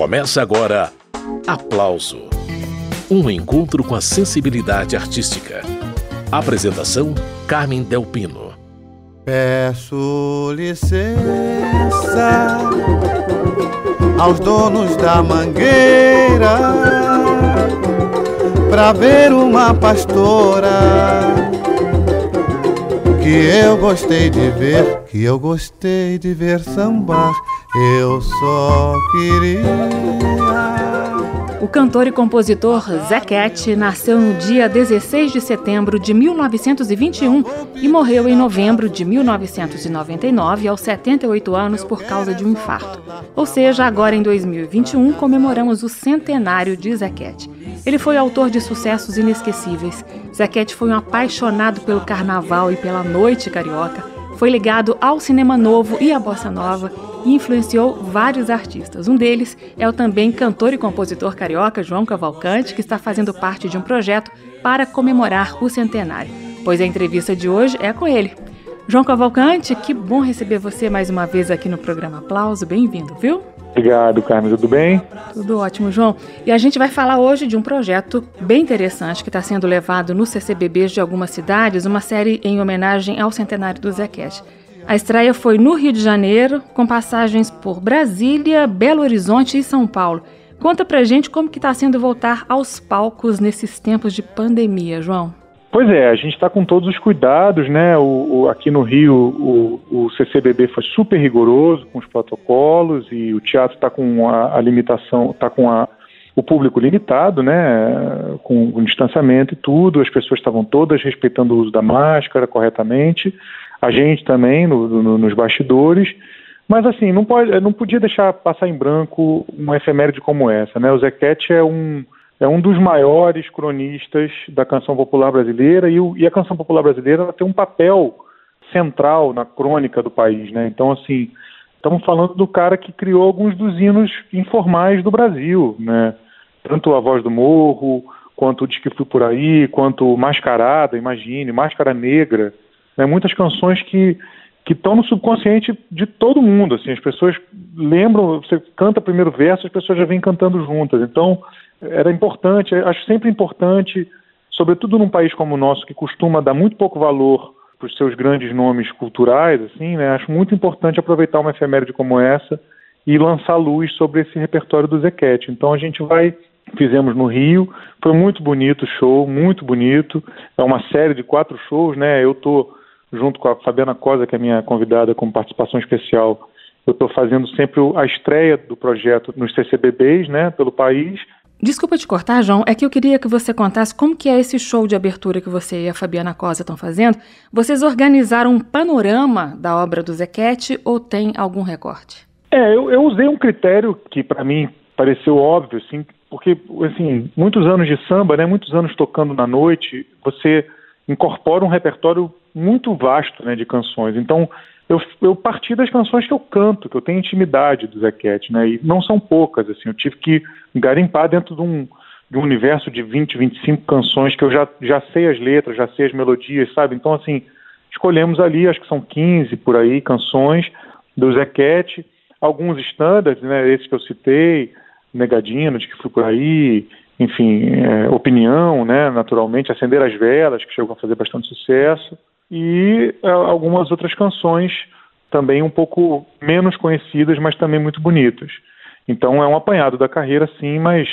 Começa agora Aplauso, um encontro com a sensibilidade artística. Apresentação, Carmen Del Pino. Peço licença aos donos da mangueira pra ver uma pastora que eu gostei de ver sambar. Eu só queria... O cantor e compositor Zequete nasceu no dia 16 de setembro de 1921 e morreu em novembro de 1999, aos 78 anos, por causa de um infarto. Ou seja, agora em 2021 comemoramos o centenário de Zequete. Ele foi autor de sucessos inesquecíveis. Zequete foi um apaixonado pelo carnaval e pela noite carioca. Foi ligado ao cinema novo e à bossa nova e influenciou vários artistas. Um deles é o também cantor e compositor carioca João Cavalcante, que está fazendo parte de um projeto para comemorar o centenário. Pois a entrevista de hoje é com ele. João Cavalcante, que bom receber você mais uma vez aqui no programa Aplauso. Bem-vindo, viu? Obrigado, Carmen. Tudo bem? Tudo ótimo, João. E a gente vai falar hoje de um projeto bem interessante que está sendo levado nos CCBBs de algumas cidades, uma série em homenagem ao centenário do Zequete. A estreia foi no Rio de Janeiro, com passagens por Brasília, Belo Horizonte e São Paulo. Conta pra gente como que está sendo voltar aos palcos nesses tempos de pandemia, João. Pois é, a gente está com todos os cuidados, né? Aqui no Rio, o CCBB foi super rigoroso com os protocolos e o teatro está com a limitação, está com o público limitado, né? Com o distanciamento e tudo, as pessoas estavam todas respeitando o uso da máscara corretamente, a gente também nos bastidores, mas assim, não podia deixar passar em branco uma efeméride como essa, né? O Zequete é um dos maiores cronistas da canção popular brasileira e a canção popular brasileira ela tem um papel central na crônica do país, né? Então, assim, estamos falando do cara que criou alguns dos hinos informais do Brasil, né? Tanto A Voz do Morro, quanto o Diz que Fui Por Aí, quanto Mascarada, Imagine, Máscara Negra, né? Muitas canções que estão no subconsciente de todo mundo, assim, as pessoas lembram, você canta o primeiro verso, as pessoas já vêm cantando juntas, então era importante, acho sempre importante, sobretudo num país como o nosso, que costuma dar muito pouco valor para os seus grandes nomes culturais, assim, né? Acho muito importante aproveitar uma efeméride como essa e lançar luz sobre esse repertório do Zequete. Então fizemos no Rio, foi muito bonito o show, muito bonito, é uma série de 4 shows, né? Eu estou junto com a Fabiana Cosa, que é minha convidada como participação especial, eu estou fazendo sempre a estreia do projeto nos CCBBs, né, pelo país. Desculpa te cortar, João, é que eu queria que você contasse como que é esse show de abertura que você e a Fabiana Cosa estão fazendo. Vocês organizaram um panorama da obra do Zequete ou tem algum recorte? Eu usei um critério que para mim pareceu óbvio, assim, porque assim, muitos anos de samba, né, muitos anos tocando na noite, você incorpora um repertório muito vasto, né, de canções. Então, eu parti das canções que eu canto, que eu tenho intimidade do Zequete, né, e não são poucas, assim, eu tive que garimpar dentro de um universo de 20, 25 canções que eu já sei as letras, já sei as melodias, sabe? Então, assim, escolhemos ali, acho que são 15 por aí, canções do Zequete, alguns standards, né, esses que eu citei, Negadinho, de que fui por aí, enfim, Opinião, né, naturalmente, Acender as Velas, que chegou a fazer bastante sucesso, e algumas outras canções também um pouco menos conhecidas, mas também muito bonitas. Então é um apanhado da carreira, sim, mas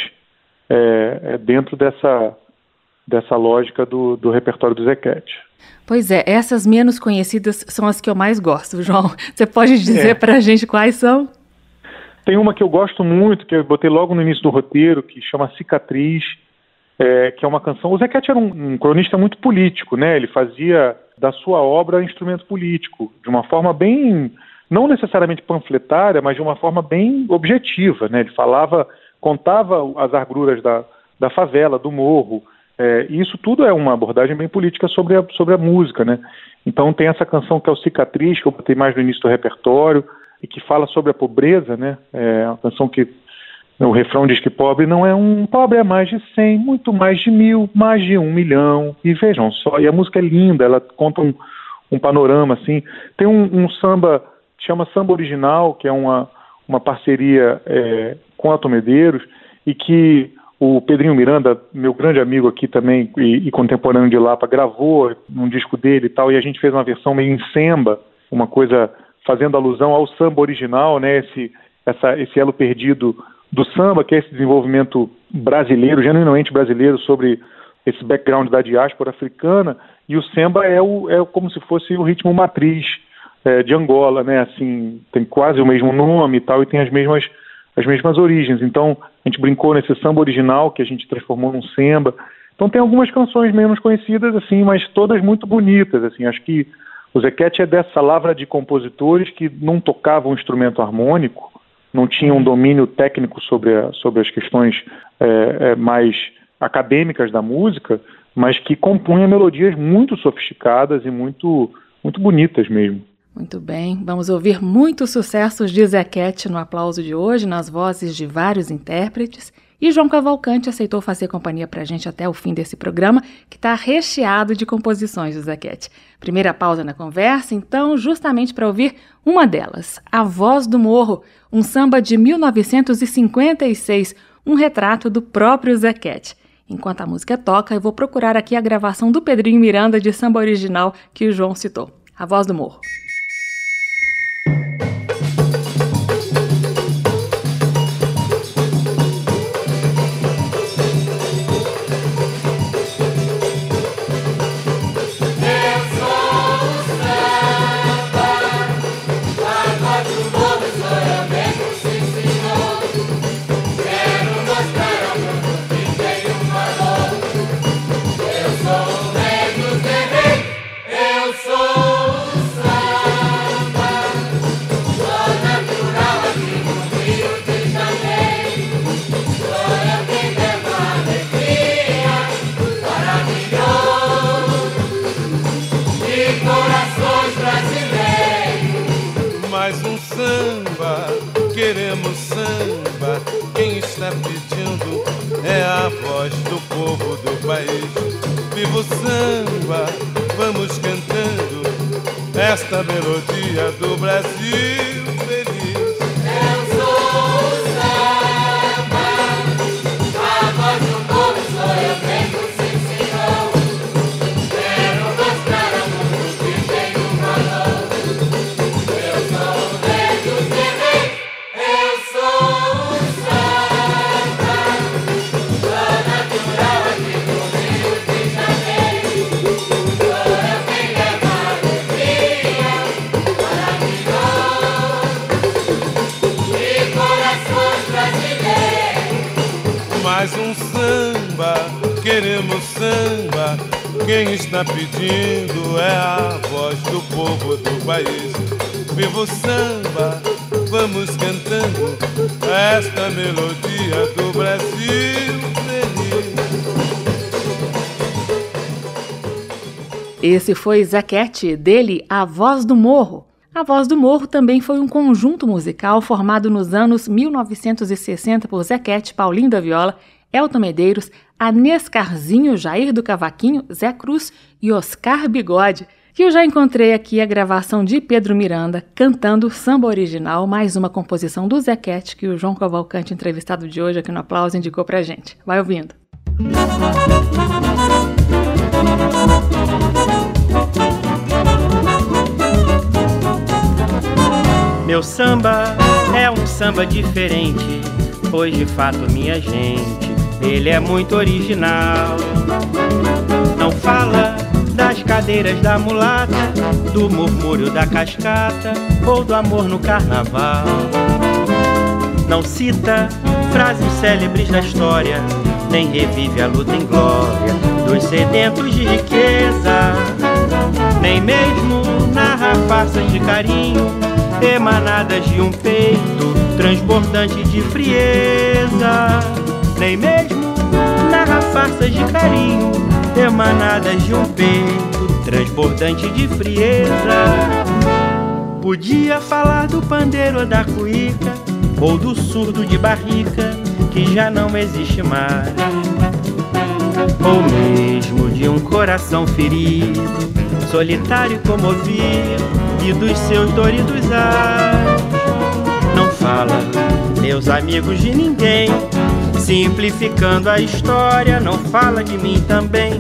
é dentro dessa lógica do repertório do Zequete. Pois é, essas menos conhecidas são as que eu mais gosto, João. Você pode dizer pra gente quais são? Tem uma que eu gosto muito, que eu botei logo no início do roteiro, que chama Cicatriz, que é uma canção... O Zequete era um cronista muito político, né? Ele fazia da sua obra instrumento político, de uma forma bem, não necessariamente panfletária, mas de uma forma bem objetiva, né? Ele contava as agruras da favela, do morro, e isso tudo é uma abordagem bem política sobre a música, né? Então tem essa canção que é o Cicatriz, que eu botei mais no início do repertório, e que fala sobre a pobreza, né? É uma canção que o refrão diz que pobre não é um, pobre é mais de 100, muito mais de 1000, mais de 1 milhão. E vejam só, e a música é linda, ela conta um panorama, assim. Tem um samba, que chama Samba Original, que é uma parceria com a Tom Medeiros, e que o Pedrinho Miranda, meu grande amigo aqui também e contemporâneo de Lapa, gravou num disco dele e tal, e a gente fez uma versão meio em samba, uma coisa fazendo alusão ao samba original, né, esse elo perdido do samba, que é esse desenvolvimento brasileiro, genuinamente brasileiro, sobre esse background da diáspora africana, e o samba é como se fosse o ritmo matriz de Angola, né, assim, tem quase o mesmo nome e tal, e tem as mesmas origens. Então, a gente brincou nesse samba original, que a gente transformou num samba. Então, tem algumas canções menos conhecidas, assim, mas todas muito bonitas, assim. Acho que o Zequete é dessa lavra de compositores que não tocavam instrumento harmônico, não tinham um domínio técnico sobre as questões mais acadêmicas da música, mas que compunha melodias muito sofisticadas e muito, muito bonitas mesmo. Muito bem, vamos ouvir muitos sucessos de Zequete no aplauso de hoje, nas vozes de vários intérpretes. E João Cavalcante aceitou fazer companhia pra gente até o fim desse programa, que está recheado de composições do Zequete. Primeira pausa na conversa, então, justamente para ouvir uma delas, A Voz do Morro, um samba de 1956, um retrato do próprio Zequete. Enquanto a música toca, eu vou procurar aqui a gravação do Pedrinho Miranda de samba original que o João citou. A Voz do Morro. Queremos samba, quem está pedindo é a voz do povo do país. Viva o samba, vamos cantando esta melodia do Brasil feliz. Eu sou o samba, a voz do povo sou eu mesmo, sim senhor. Quero mostrar ao mundo que tem um valor. Eu sou o rei dos guerreiros. Eu sou o samba, sou natural aqui do Rio de Janeiro. Sou eu quem leva alegria para milhões de corações brasileiros. Mais um samba, queremos samba, quem está pedindo é a voz do povo do país. Viva o samba, vamos cantando esta melodia do Brasil feliz. Esse foi Zequete, dele A Voz do Morro. A Voz do Morro também foi um conjunto musical formado nos anos 1960 por Zequete, Paulinho da Viola, Elton Medeiros, Anês Carzinho, Jair do Cavaquinho, Zé Cruz e Oscar Bigode. Que eu já encontrei aqui a gravação de Pedro Miranda cantando samba original, mais uma composição do Zequete que o João Cavalcante, entrevistado de hoje aqui no Aplauso, indicou pra gente. Vai ouvindo. Meu samba é um samba diferente, pois de fato, minha gente, ele é muito original. Não fala das cadeiras da mulata, do murmúrio da cascata ou do amor no carnaval. Não cita frases célebres da história, nem revive a luta em glória dos sedentos de riqueza, nem mesmo narra farsas de carinho emanadas de um peito transbordante de frieza, nem mesmo narra farsas de carinho emanadas de um peito transbordante de frieza. Podia falar do pandeiro ou da cuíca, ou do surdo de barrica, que já não existe mais, ou mesmo de um coração ferido, solitário e comovido, e dos seus doridos ais. Não fala meus amigos de ninguém. Simplificando a história, não fala de mim também.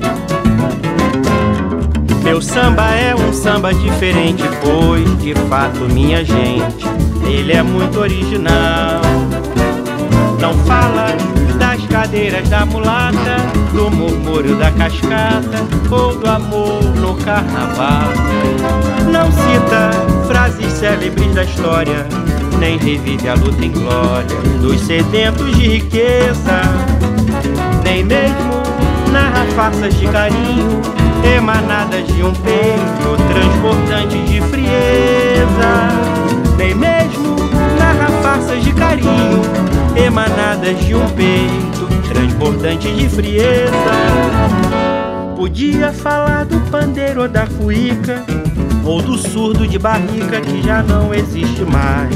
Meu samba é um samba diferente, pois, de fato, minha gente, ele é muito original. Não fala das cadeiras da mulata, do murmúrio da cascata ou do amor no carnaval. Não cita frases célebres da história, nem revive a luta em glória dos sedentos de riqueza, nem mesmo narra farsas de carinho emanadas de um peito transbordante de frieza, nem mesmo narra farsas de carinho emanadas de um peito transbordante de frieza. Podia falar do pandeiro ou da cuíca, ou do surdo de barrica que já não existe mais,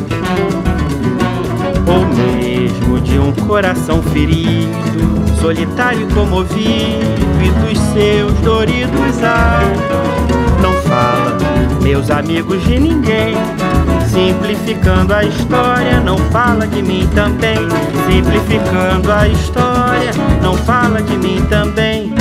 ou mesmo de um coração ferido, solitário e comovido, e dos seus doridos ai. Não fala, meus amigos, de ninguém. Simplificando a história, não fala de mim também. Simplificando a história, não fala de mim também.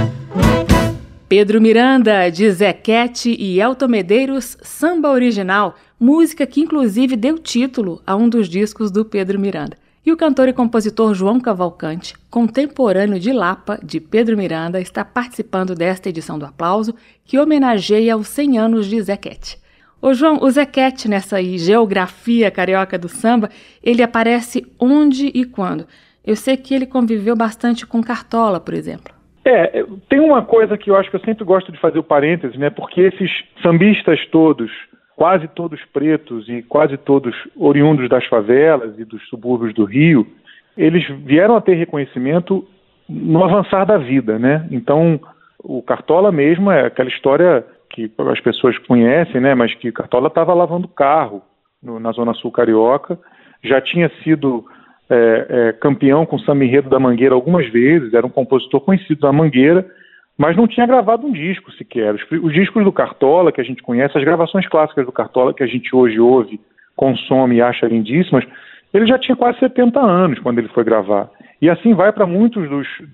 Pedro Miranda, de Zequete e Elton Medeiros, Samba Original, música que inclusive deu título a um dos discos do Pedro Miranda. E o cantor e compositor João Cavalcante, contemporâneo de Lapa, de Pedro Miranda, está participando desta edição do Aplauso, que homenageia os 100 anos de Zequete. Ô João, o Zequete, nessa geografia carioca do samba, ele aparece onde e quando? Eu sei que ele conviveu bastante com Cartola, por exemplo. Tem uma coisa que eu acho que eu sempre gosto de fazer o parêntese, né? Porque esses sambistas todos, quase todos pretos e quase todos oriundos das favelas e dos subúrbios do Rio, eles vieram a ter reconhecimento no avançar da vida, né? Então, o Cartola mesmo é aquela história que as pessoas conhecem, né? Mas que Cartola estava lavando carro na Zona Sul Carioca, já tinha sido campeão com Samba Enredo da Mangueira algumas vezes, era um compositor conhecido da Mangueira, mas não tinha gravado um disco sequer. Os discos do Cartola que a gente conhece, as gravações clássicas do Cartola que a gente hoje ouve, consome e acha lindíssimas, ele já tinha quase 70 anos quando ele foi gravar. E assim vai para muitos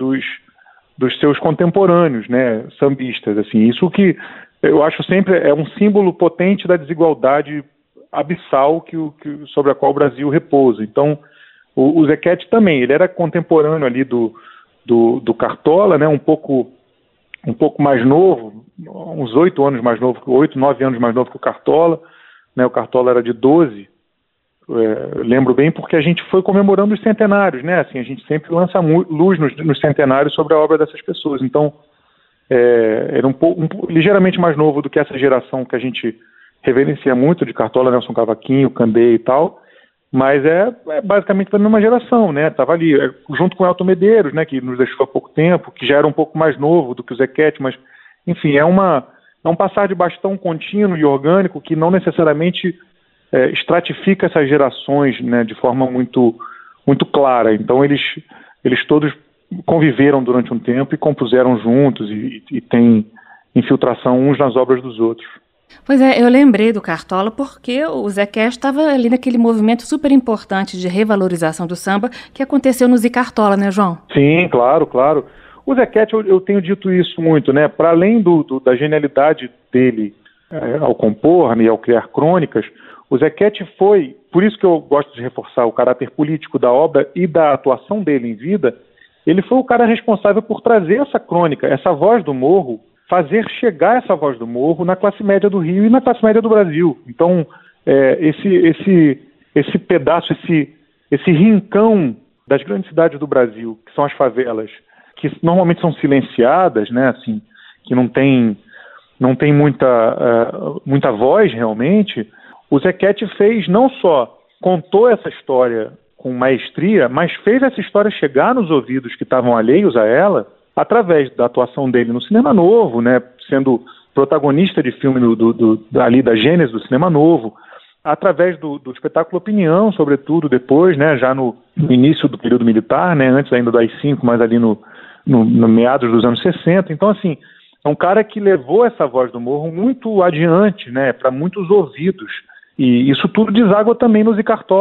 dos seus contemporâneos, né, sambistas. Assim, isso que eu acho sempre é um símbolo potente da desigualdade abissal sobre a qual o Brasil repousa. Então, o Zequete também, ele era contemporâneo ali do Cartola, né, um pouco mais novo, uns 8 anos mais novo, 8, 9 anos mais novo que o Cartola, né, o Cartola era de 12, lembro bem porque a gente foi comemorando os centenários, né, assim, a gente sempre lança luz nos centenários sobre a obra dessas pessoas, então era ligeiramente mais novo do que essa geração que a gente reverencia muito de Cartola, Nelson Cavaquinho, Candê e tal, mas é basicamente da mesma geração, né? Estava ali, junto com o Elton Medeiros, né? Que nos deixou há pouco tempo, que já era um pouco mais novo do que o Zequete, mas, enfim, é um passar de bastão contínuo e orgânico que não necessariamente estratifica essas gerações, né? De forma muito, muito clara. Então, eles todos conviveram durante um tempo e compuseram juntos e têm infiltração uns nas obras dos outros. Pois é, eu lembrei do Cartola porque o Zequete estava ali naquele movimento super importante de revalorização do samba que aconteceu no Cartola, né, João? Sim, claro. O Zequete, eu tenho dito isso muito, né? Para além da genialidade dele ao compor, né, e ao criar crônicas, o Zequete foi, por isso que eu gosto de reforçar o caráter político da obra e da atuação dele em vida, ele foi o cara responsável por trazer essa crônica, essa voz do morro, fazer chegar essa voz do morro na classe média do Rio e na classe média do Brasil. Então, esse pedaço, esse rincão das grandes cidades do Brasil, que são as favelas, que normalmente são silenciadas, né, assim, que não tem muita voz realmente, o Zequete fez, não só contou essa história com maestria, mas fez essa história chegar nos ouvidos que estavam alheios a ela, através da atuação dele no Cinema Novo, né, sendo protagonista de filme ali da gênese do Cinema Novo, através do espetáculo Opinião, sobretudo depois, né, já no início do período militar, né, antes ainda do AI-5, mas ali no meados dos anos 60. Então, assim, é um cara que levou essa voz do morro muito adiante, né, para muitos ouvidos. E isso tudo deságua também no Cartola,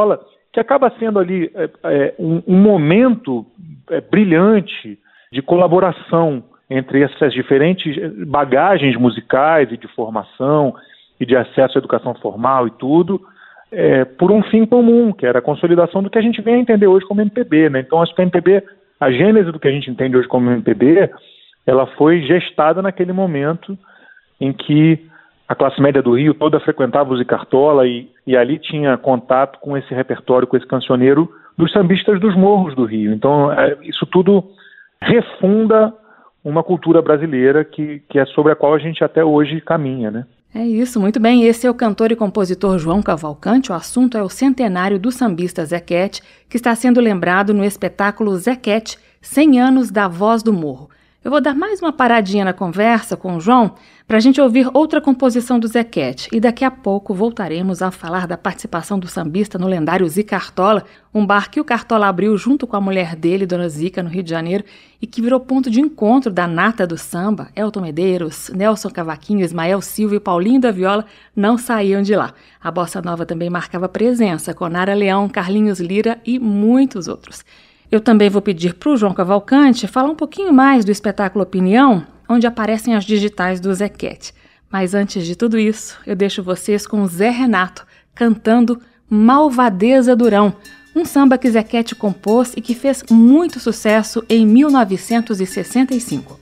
que acaba sendo ali um momento brilhante de colaboração entre essas diferentes bagagens musicais e de formação e de acesso à educação formal e tudo, por um fim comum, que era a consolidação do que a gente vem a entender hoje como MPB, né? Então, acho que a MPB, a gênese do que a gente entende hoje como MPB, ela foi gestada naquele momento em que a classe média do Rio toda frequentava o Zé Cartola e ali tinha contato com esse repertório, com esse cancioneiro dos sambistas dos morros do Rio. Então, isso tudo refunda uma cultura brasileira que é sobre a qual a gente até hoje caminha, né? É isso, muito bem. Esse é o cantor e compositor João Cavalcante. O assunto é o centenário do sambista Zequete, que está sendo lembrado no espetáculo Zequete, 100 anos da Voz do Morro. Eu vou dar mais uma paradinha na conversa com o João para a gente ouvir outra composição do Zequete e daqui a pouco voltaremos a falar da participação do sambista no lendário Zé Cartola, um bar que o Cartola abriu junto com a mulher dele, Dona Zica, no Rio de Janeiro, e que virou ponto de encontro da nata do samba. Elton Medeiros, Nelson Cavaquinho, Ismael Silva e Paulinho da Viola não saíam de lá. A bossa nova também marcava presença com Nara Leão, Carlinhos Lira e muitos outros. Eu também vou pedir para o João Cavalcante falar um pouquinho mais do espetáculo Opinião, onde aparecem as digitais do Zequete. Mas antes de tudo isso, eu deixo vocês com o Zé Renato cantando Malvadeza Durão, um samba que Zequete compôs e que fez muito sucesso em 1965.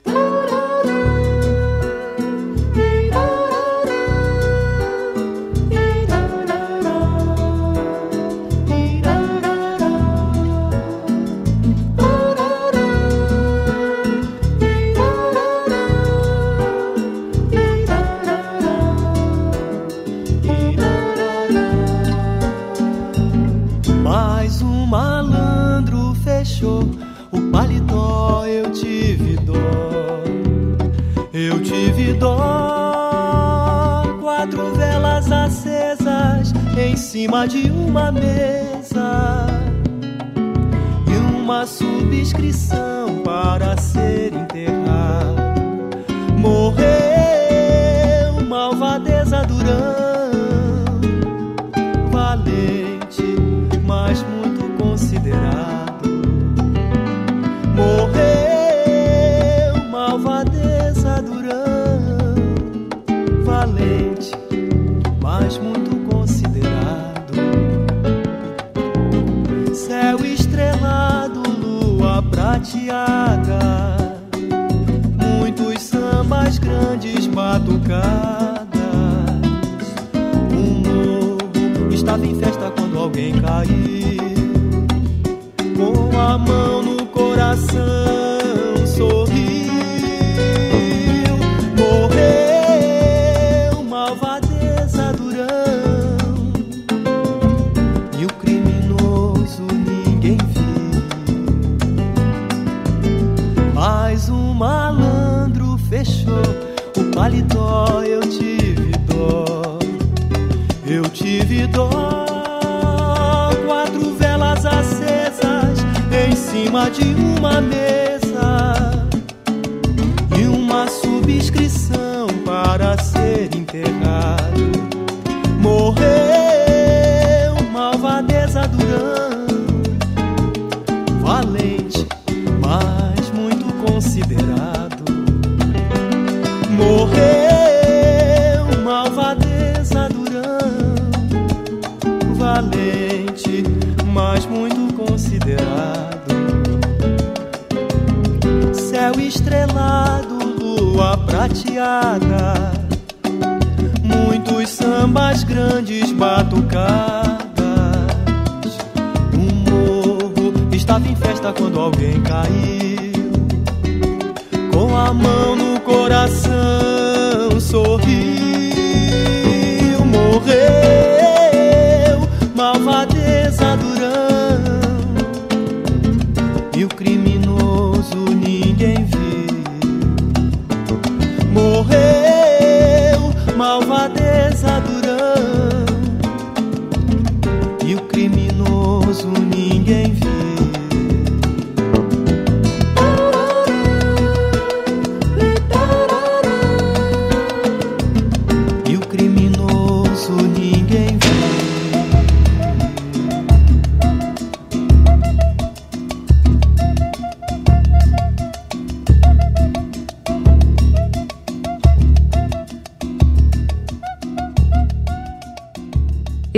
O paletó, eu tive dó, 4 velas acesas em cima de uma mesa e uma subscrição para ser enterrado. Morreu Malvadeza Durão, valente, mas muito considerado. Morreu Malvadeza Durão, valente, mas muito considerado. Céu estrelado, lua prateada, muitos sambas grandes batucadas. O morro estava em festa quando alguém caiu, com a mão no coração sorriu. Morreu Malvadeza Durão e o criminoso ninguém viu, mas o malandro fechou o paletó. Eu tive dó, 4 velas acesas em cima de uma mesa e uma subscrição para ser enterrado. Morreu Malvadeza Durão, valente, mas muito considerado. Morreu Malvadeza Durão, valente, mas muito considerado. Céu estrelado, lua prateada, muitos sambas grandes batucadas. O morro estava em festa quando alguém caiu, com a mão no coração sorriu. Morreu Malvadeza Durão e o criminoso ninguém viu. Morreu Malvadeza Durão e o criminoso ninguém viu. E o criminoso ninguém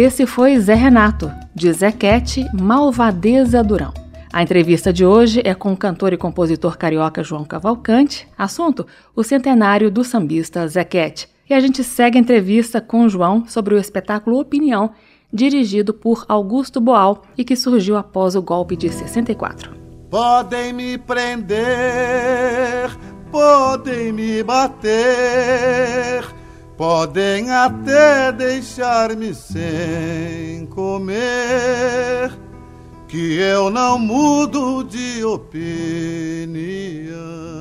Esse foi Zé Renato, de Zequete, Malvadeza Durão. A entrevista de hoje é com o cantor e compositor carioca João Cavalcante. Assunto: o centenário do sambista Zequete. E a gente segue a entrevista com o João sobre o espetáculo Opinião, dirigido por Augusto Boal e que surgiu após o golpe de 64. Podem me prender, podem me bater, podem até deixar-me sem comer, que eu não mudo de opinião.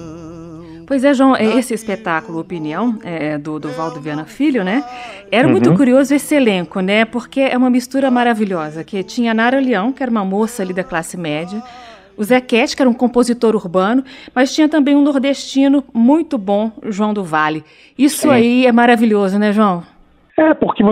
Pois é, João, esse espetáculo Opinião, do Valdo Viana Filho, né? Era muito curioso esse elenco, né? Porque é uma mistura maravilhosa, que tinha a Nara Leão, que era uma moça ali da classe média, o Zequete, que era um compositor urbano, mas tinha também um nordestino muito bom, João do Vale. Isso aí é maravilhoso, né, João? Porque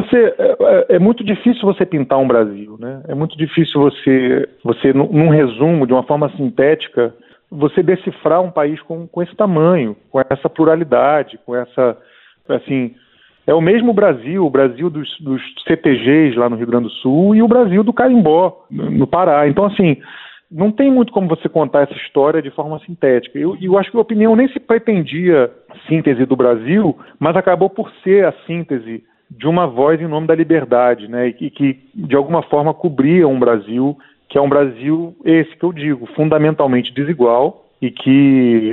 é muito difícil você pintar um Brasil, né? É muito difícil você num resumo, de uma forma sintética, você decifrar um país com esse tamanho, com essa pluralidade, com essa, assim, é o mesmo Brasil, o Brasil dos CTGs lá no Rio Grande do Sul e o Brasil do carimbó no Pará. Então, assim, não tem muito como você contar essa história de forma sintética. Eu acho que a Opinião nem se pretendia síntese do Brasil, mas acabou por ser a síntese de uma voz em nome da liberdade, né? E que, de alguma forma, cobria um Brasil que é um Brasil, esse que eu digo, fundamentalmente desigual e que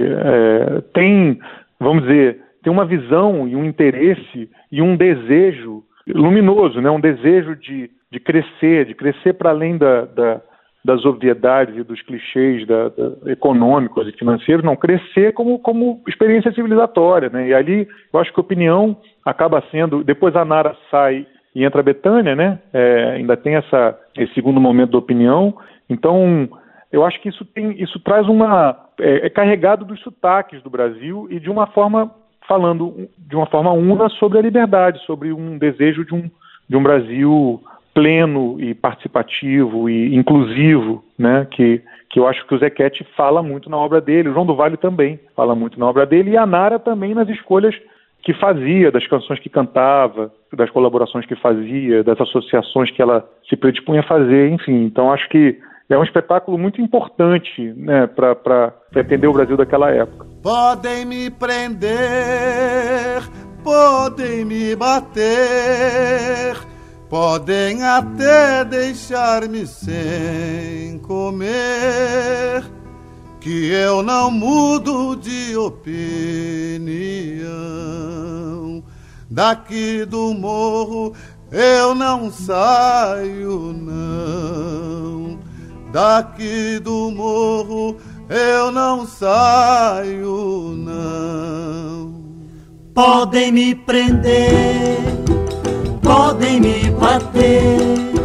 tem, vamos dizer, tem uma visão e um interesse e um desejo luminoso, né? Um desejo de crescer para além das obviedades e dos clichês econômicos e financeiros, não, crescer como experiência civilizatória, né? E ali, eu acho que a Opinião acaba sendo, depois a Nara sai e entra a Bethânia, né? Ainda tem esse segundo momento da Opinião. Então, eu acho que isso traz é carregado dos sotaques do Brasil e de uma forma, falando de uma forma una sobre a liberdade, sobre um desejo de um Brasil pleno e participativo e inclusivo, né? Que eu acho que o Zequete fala muito na obra dele, o João do Vale também fala muito na obra dele, e a Nara também nas escolhas que fazia, das canções que cantava, das colaborações que fazia, das associações que ela se predispunha a fazer, enfim. Então acho que é um espetáculo muito importante, né, para entender o Brasil daquela época. Podem me prender, podem me bater, podem até deixar-me sem comer, que eu não mudo de opinião. Daqui do morro eu não saio, não. Daqui do morro eu não saio, não. Podem me prender, podem me bater,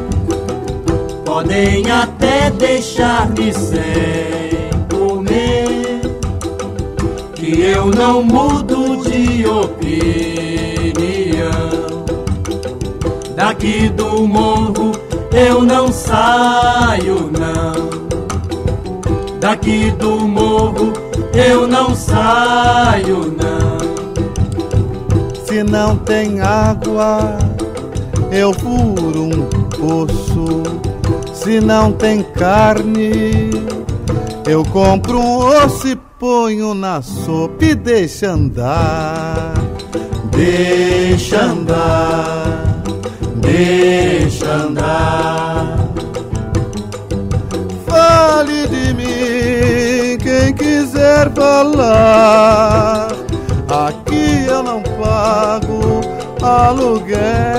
podem até deixar-me sem comer, que eu não mudo de opinião. Daqui do morro eu não saio, não. Daqui do morro eu não saio, não. Se não tem água, eu furo um poço. Se não tem carne, eu compro um osso e ponho na sopa e deixa andar. Deixa andar, deixa andar. Fale de mim quem quiser falar. Aqui eu não pago aluguel.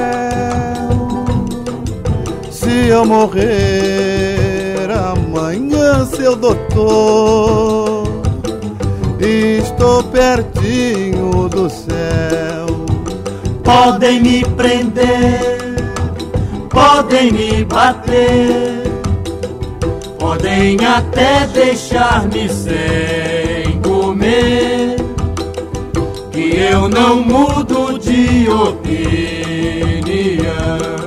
Se eu morrer amanhã, seu doutor, estou pertinho do céu. Podem me prender, podem me bater, podem até deixar-me sem comer, que eu não mudo de opinião.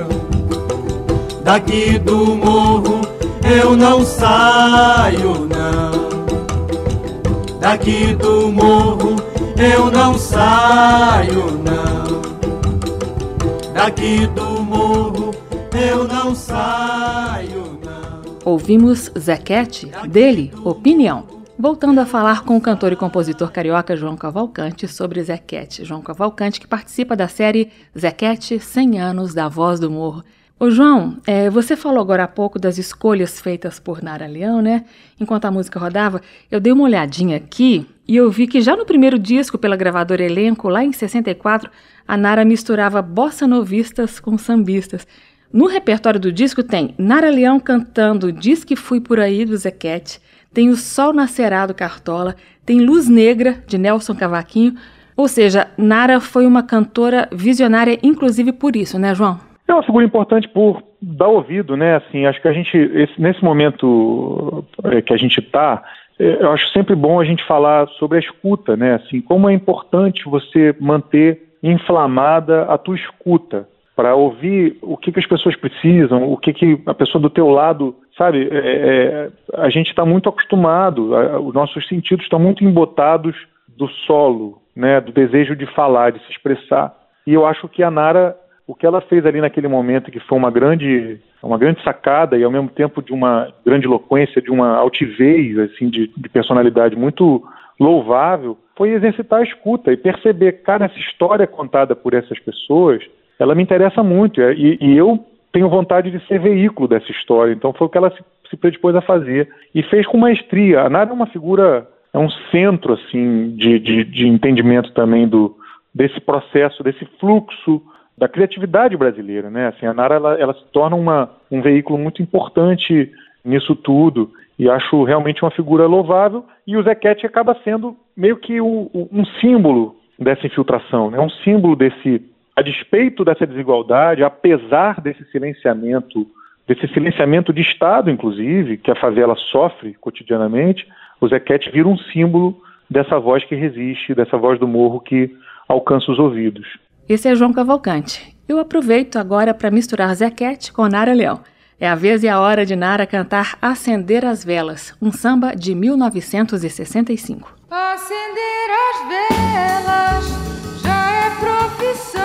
Daqui do morro eu não saio, não. Daqui do morro eu não saio, não. Daqui do morro eu não saio, não. Ouvimos Zequete, dele, Opinião. Voltando a falar com o cantor e compositor carioca João Cavalcante sobre Zequete. João Cavalcante, que participa da série Zequete, 100 anos da Voz do Morro. Ô João, você falou agora há pouco das escolhas feitas por Nara Leão, né? Enquanto a música rodava, eu dei uma olhadinha aqui e eu vi que já no primeiro disco pela gravadora Elenco, lá em 64, a Nara misturava bossa novistas com sambistas. No repertório do disco tem Nara Leão cantando Diz que Fui Por Aí, do Zequete, tem O Sol Nascerá, do Cartola, tem Luz Negra, de Nelson Cavaquinho. Ou seja, Nara foi uma cantora visionária, inclusive por isso, né, João? É uma figura importante por dar ouvido, né? Assim, acho que a gente, nesse momento que a gente está, eu acho sempre bom a gente falar sobre a escuta, né? Assim, como é importante você manter inflamada a tua escuta, para ouvir o que as pessoas precisam, o que a pessoa do teu lado, sabe, a gente está muito acostumado, os nossos sentidos estão muito embotados do solo, né, do desejo de falar, de se expressar. E eu acho que a Nara, o que ela fez ali naquele momento, que foi uma grande sacada e ao mesmo tempo de uma grande eloquência, de uma altivez, assim, de personalidade muito louvável, foi exercitar a escuta e perceber, cara, essa história contada por essas pessoas, ela me interessa muito e eu tenho vontade de ser veículo dessa história. Então foi o que ela se predispôs a fazer e fez com maestria. A Nara é uma figura, é um centro assim de entendimento também desse processo, desse fluxo da criatividade brasileira, né? Assim, a Nara ela se torna um veículo muito importante nisso tudo e acho realmente uma figura louvável, e o Zequete acaba sendo meio que um símbolo dessa infiltração, né? Um símbolo a despeito dessa desigualdade, apesar desse silenciamento de Estado, inclusive, que a favela sofre cotidianamente, o Zequete vira um símbolo dessa voz que resiste, dessa voz do morro que alcança os ouvidos. Esse é João Cavalcante. Eu aproveito agora para misturar Zequete com Nara Leão. É a vez e a hora de Nara cantar Acender as Velas, um samba de 1965. Acender as velas já é profissão.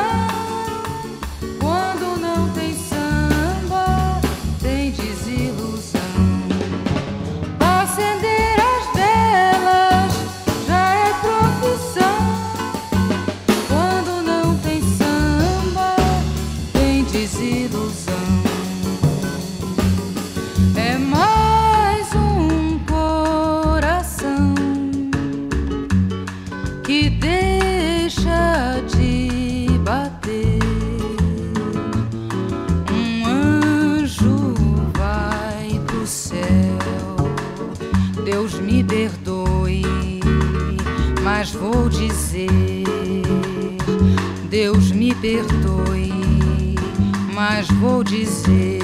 Quando não tem samba, tem desilusão. Acender as velas já é profissão. Quando não tem samba, tem desilusão. É mais um coração que deixa de bater. Um anjo vai pro céu. Deus me perdoe, mas vou dizer. Deus me perdoe, mas vou dizer.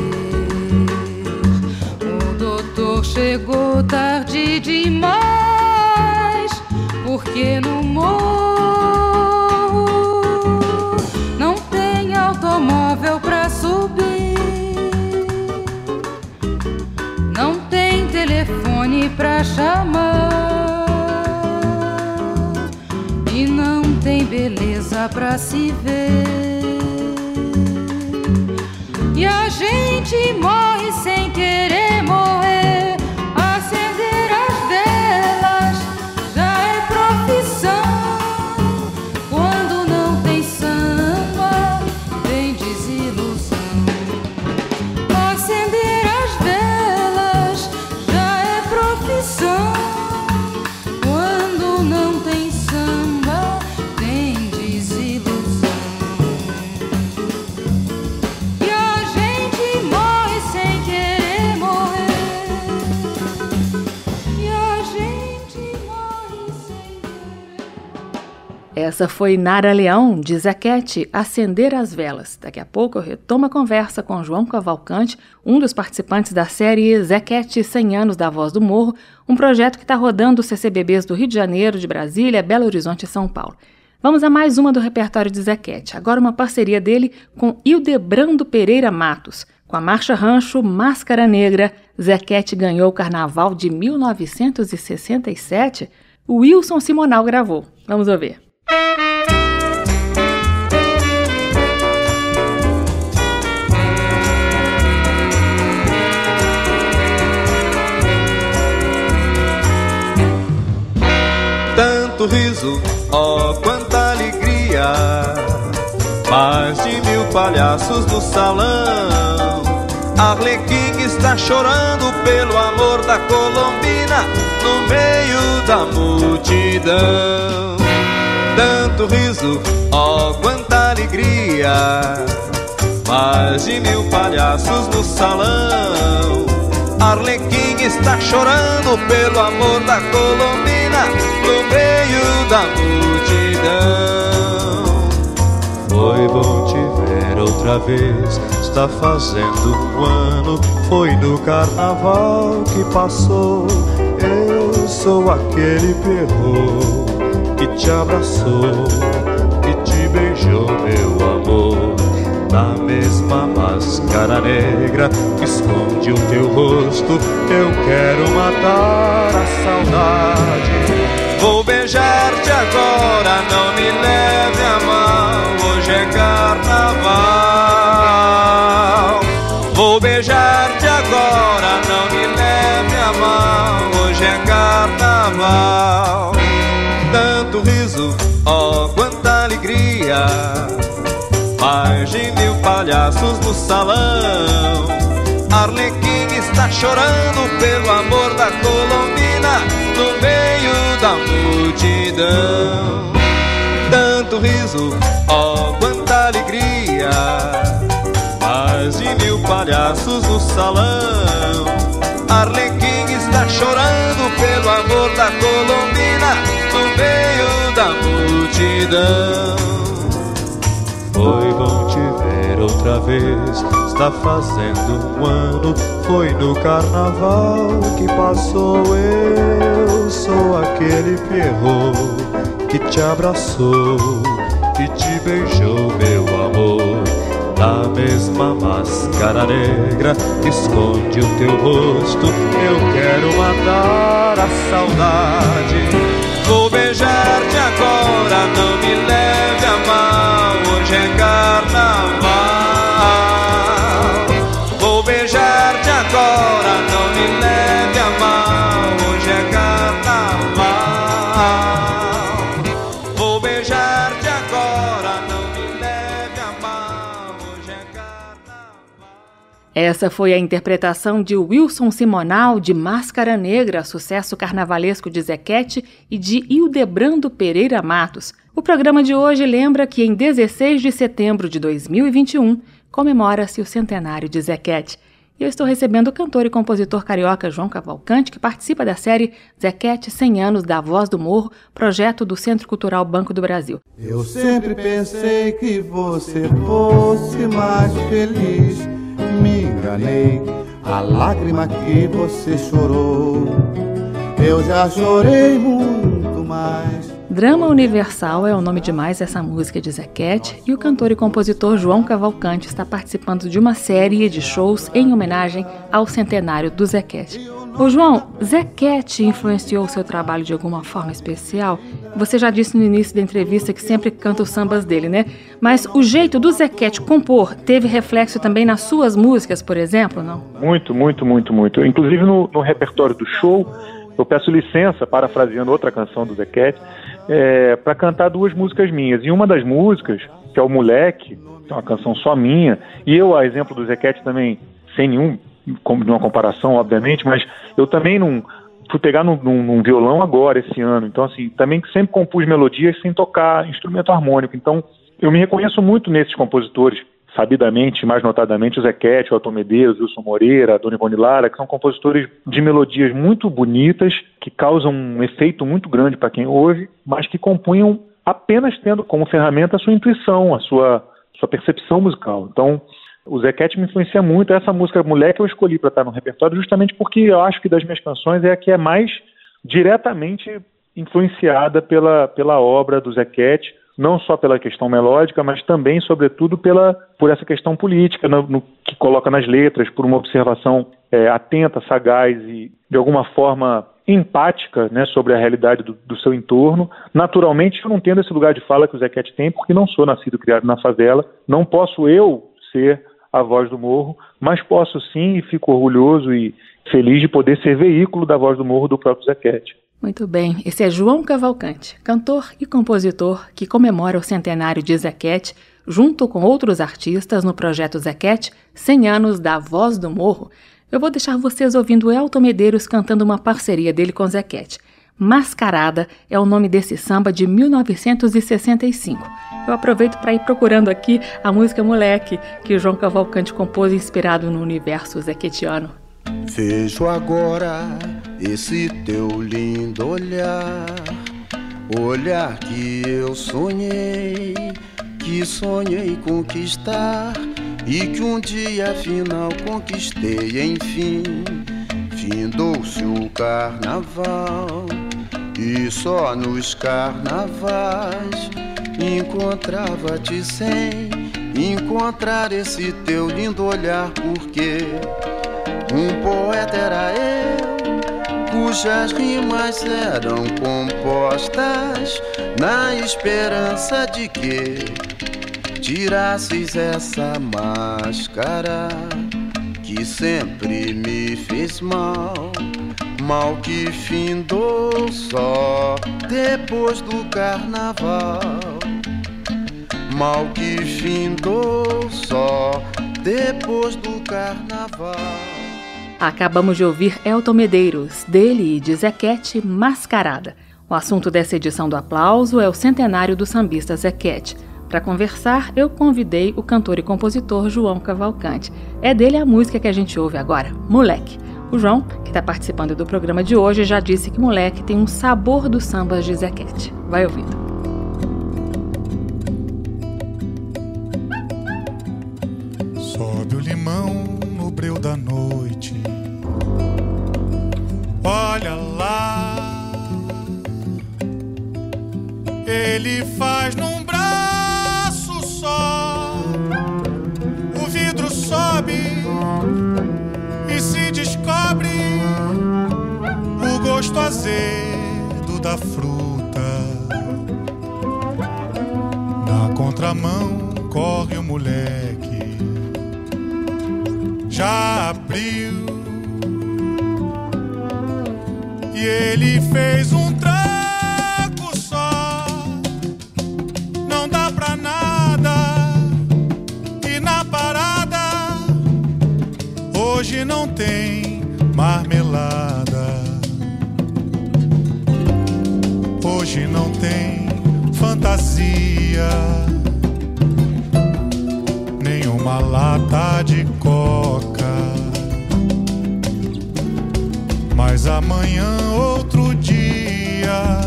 O doutor chegou tarde demais, porque no morro não tem automóvel pra subir, não tem telefone pra chamar e não tem beleza pra se ver. E a gente morre sem querer morrer. Acender as velas já é profissão. Quando não tem samba, tem desilusão. Acender as velas já é profissão. Quando não tem samba, tem desilusão. E a gente morre sem querer morrer. E a gente morre sem querer. Essa foi Nara Leão, de Zequete, Acender as Velas. Daqui a pouco eu retomo a conversa com João Cavalcante, um dos participantes da série Zequete, 100 anos da Voz do Morro, um projeto que está rodando os CCBBs do Rio de Janeiro, de Brasília, Belo Horizonte e São Paulo. Vamos a mais uma do repertório de Zequete, agora uma parceria dele com Hildebrando Pereira Matos. Com a Marcha Rancho Máscara Negra, Zequete ganhou o Carnaval de 1967. O Wilson Simonal gravou. Vamos ouvir. Tanto riso, oh quanta alegria, mais de 1000 palhaços no salão. Arlequim está chorando pelo amor da Colombina no meio da multidão. Tanto riso, oh quanta alegria, mais de 1000 palhaços no salão. Arlequim está chorando pelo amor da Colombina no meio da multidão. Foi bom te ver outra vez, está fazendo um ano. Foi no carnaval que passou. Eu sou aquele Pierrot que te abraçou, que te beijou, meu amor. Na mesma máscara negra que esconde o teu rosto, eu quero matar a saudade. Vou beijar-te agora, não me leve a mal, hoje é carnaval. Vou beijar-te agora, não me leve a mal, hoje é carnaval. Tanto riso, oh quanta alegria, mais de 1000 palhaços no salão. Arlequim está chorando pelo amor da Colombina no meio da multidão. Tanto riso, oh quanta alegria, mais de 1000 palhaços no salão. Arlequim está chorando pelo amor da Colombina no meio da multidão. Foi bom te ver outra vez, está fazendo um ano. Foi no carnaval que passou. Eu sou aquele Pierrot que te abraçou, que te beijou, meu amor. Na mesma máscara negra que esconde o teu rosto, eu quero matar a saudade. Vou beijar-te agora, não me leve a mal, hoje é carnaval. Vou beijar-te agora, não me leve a mal, hoje é carnaval. Vou beijar-te agora, não me leve a mal, hoje é carnaval. Essa foi a interpretação de Wilson Simonal de Máscara Negra, sucesso carnavalesco de Zequete, e de Hildebrando Pereira Matos. O programa de hoje lembra que em 16 de setembro de 2021 comemora-se o centenário de Zequete. E eu estou recebendo o cantor e compositor carioca João Cavalcante, que participa da série Zequete 100 anos da Voz do Morro, projeto do Centro Cultural Banco do Brasil. Eu sempre pensei que você fosse mais feliz. Me enganei, a lágrima que você chorou, eu já chorei muito mais. Drama Universal é o nome demais dessa música de Zequete, e o cantor e compositor João Cavalcante está participando de uma série de shows em homenagem ao centenário do Zequete. Ô João, Zequete influenciou o seu trabalho de alguma forma especial? Você já disse no início da entrevista que sempre canta os sambas dele, né? Mas o jeito do Zequete compor teve reflexo também nas suas músicas, por exemplo, não? Muito. Inclusive no repertório do show, eu peço licença, parafraseando outra canção do Zequete, para cantar 2 músicas minhas. E uma das músicas, que é o Moleque, é uma canção só minha, e eu, a exemplo do Zequete também, sem nenhuma comparação, obviamente, mas eu também não fui pegar num violão agora, esse ano. Então, assim, também sempre compus melodias sem tocar instrumento harmônico. Então, eu me reconheço muito nesses compositores, sabidamente, mais notadamente, o Zequete, o Elton Medeiros, o Wilson Moreira, a Dona Ivone Lara, que são compositores de melodias muito bonitas, que causam um efeito muito grande para quem ouve, mas que compunham apenas tendo como ferramenta a sua intuição, a sua percepção musical. Então, o Zequete me influencia muito. Essa música Moleque eu escolhi para estar no repertório justamente porque eu acho que das minhas canções é a que é mais diretamente influenciada pela obra do Zequete, não só pela questão melódica, mas também, sobretudo, por essa questão política, no que coloca nas letras, por uma observação atenta, sagaz e, de alguma forma, empática, né, sobre a realidade do seu entorno. Naturalmente, eu não tenho esse lugar de fala que o Zequete tem, porque não sou nascido e criado na favela, não posso eu ser a voz do morro, mas posso sim, e fico orgulhoso e feliz de poder ser veículo da voz do morro do próprio Zequete. Muito bem, esse é João Cavalcante, cantor e compositor que comemora o centenário de Zequete, junto com outros artistas no projeto Zequete, 100 anos da Voz do Morro. Eu vou deixar vocês ouvindo Elton Medeiros cantando uma parceria dele com Zequete. Mascarada é o nome desse samba de 1965. Eu aproveito para ir procurando aqui a música Moleque, que o João Cavalcante compôs inspirado no universo zequetiano. Vejo agora esse teu lindo olhar, olhar que eu sonhei conquistar e que um dia afinal conquistei, enfim. Findou-se o carnaval e só nos carnavais encontrava-te sem encontrar esse teu lindo olhar, porque um poeta era eu, cujas rimas eram compostas na esperança de que tirasses essa máscara que sempre me fez mal, mal que findou só depois do carnaval, mal que findou só depois do carnaval. Acabamos de ouvir Elton Medeiros, dele e de Zequete, Mascarada. O assunto dessa edição do Aplauso é o centenário do sambista Zequete. Para conversar, eu convidei o cantor e compositor João Cavalcante. É dele a música que a gente ouve agora, Moleque. O João, que está participando do programa de hoje, já disse que Moleque tem um sabor dos sambas de Zequete. Vai ouvindo. Sobe o limão no breu da noite, olha lá, ele faz num braço só, o vidro sobe e se descobre o gosto azedo da fruta. Na contramão corre o moleque, já abriu e ele fez um tranco só, não dá pra nada, e na parada hoje não tem marmelada, hoje não tem fantasia, nenhuma lata de coca. Mas amanhã, outro dia,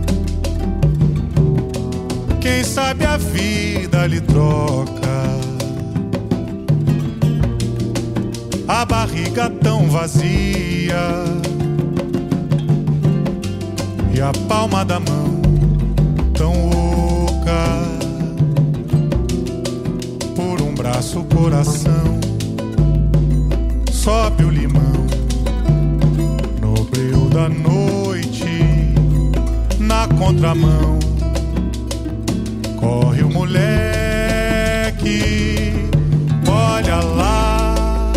quem sabe a vida lhe troca a barriga tão vazia e a palma da mão tão oca. Por um braço o coração sobe o limão no breu da noite, na contramão corre o moleque, olha lá,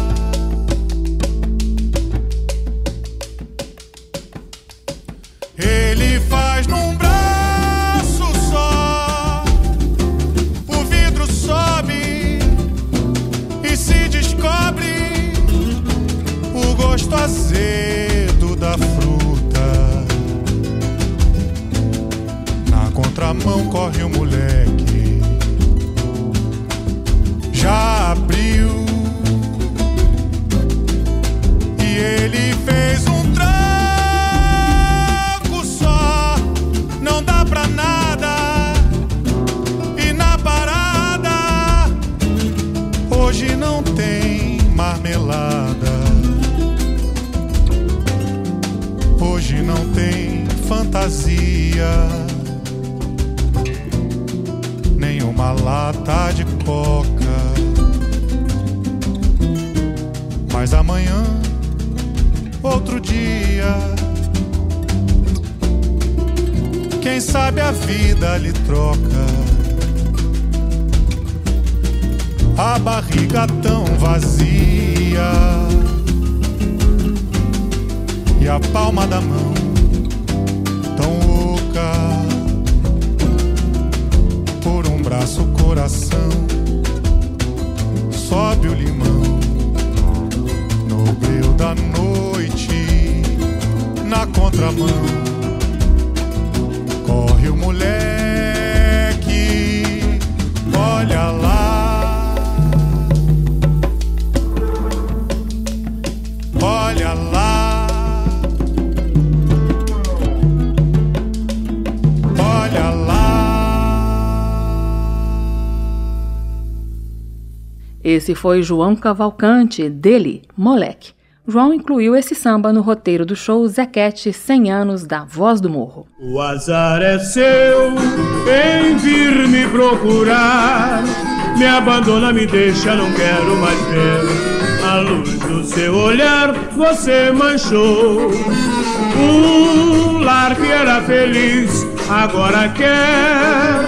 ele faz num braço só, o vidro sobe e se descobre o gosto azedo da fruta. Na contramão corre o moleque, já abriu e ele fez um tranco só, não dá pra nada, e na parada hoje não tem marmelada, hoje não tem fantasia, nenhuma lata de coca. Mas amanhã, outro dia, quem sabe a vida lhe troca a barriga tão vazia e a palma da mão lugar. Por um braço o coração sobe o limão no breu da noite, na contramão corre o moleque, olha lá, olha lá, olha lá. Esse foi João Cavalcante, dele, Moleque. João incluiu esse samba no roteiro do show Zequete 100 anos da Voz do Morro. O azar é seu em vir me procurar, me abandona, me deixa, não quero mais ver a luz do seu olhar, você manchou um lar que era feliz, agora quer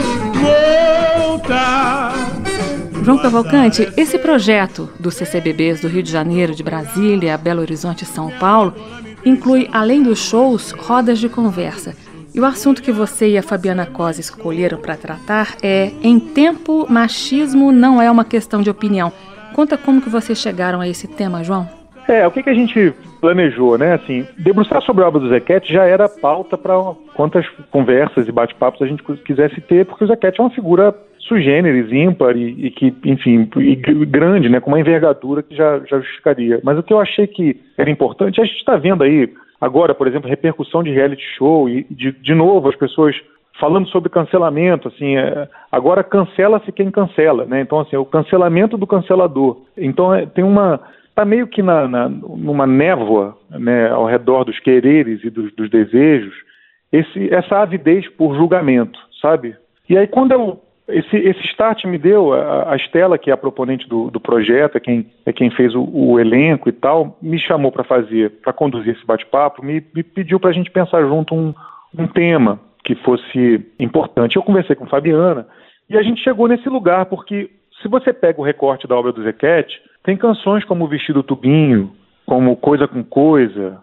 voltar. João Cavalcante, esse projeto dos CCBBs do Rio de Janeiro, de Brasília, Belo Horizonte e São Paulo inclui, além dos shows, rodas de conversa. E o assunto que você e a Fabiana Cosa escolheram para tratar é Em Tempo, Machismo Não É Uma Questão de Opinião. Conta como que vocês chegaram a esse tema, João. O que a gente planejou, né? Assim, debruçar sobre a obra do Zequete já era pauta para quantas conversas e bate-papos a gente quisesse ter, porque o Zequete é uma figura sui generis, ímpar e que, enfim, e grande, né? Com uma envergadura que já justificaria. Mas o que eu achei que era importante, a gente está vendo aí agora, por exemplo, repercussão de reality show e, de novo, as pessoas falando sobre cancelamento, assim, agora cancela-se quem cancela, né? Então, assim, o cancelamento do cancelador. Então, tem uma... Está meio que numa névoa, né, ao redor dos quereres e dos desejos, essa avidez por julgamento, sabe? E aí, quando esse start me deu, a Estela, que é a proponente do projeto, é quem fez o elenco e tal, me chamou para conduzir esse bate-papo, me pediu para a gente pensar junto um tema que fosse importante. Eu conversei com Fabiana e a gente chegou nesse lugar, porque se você pega o recorte da obra do Zequete, tem canções como Vestido Tubinho, como Coisa com Coisa,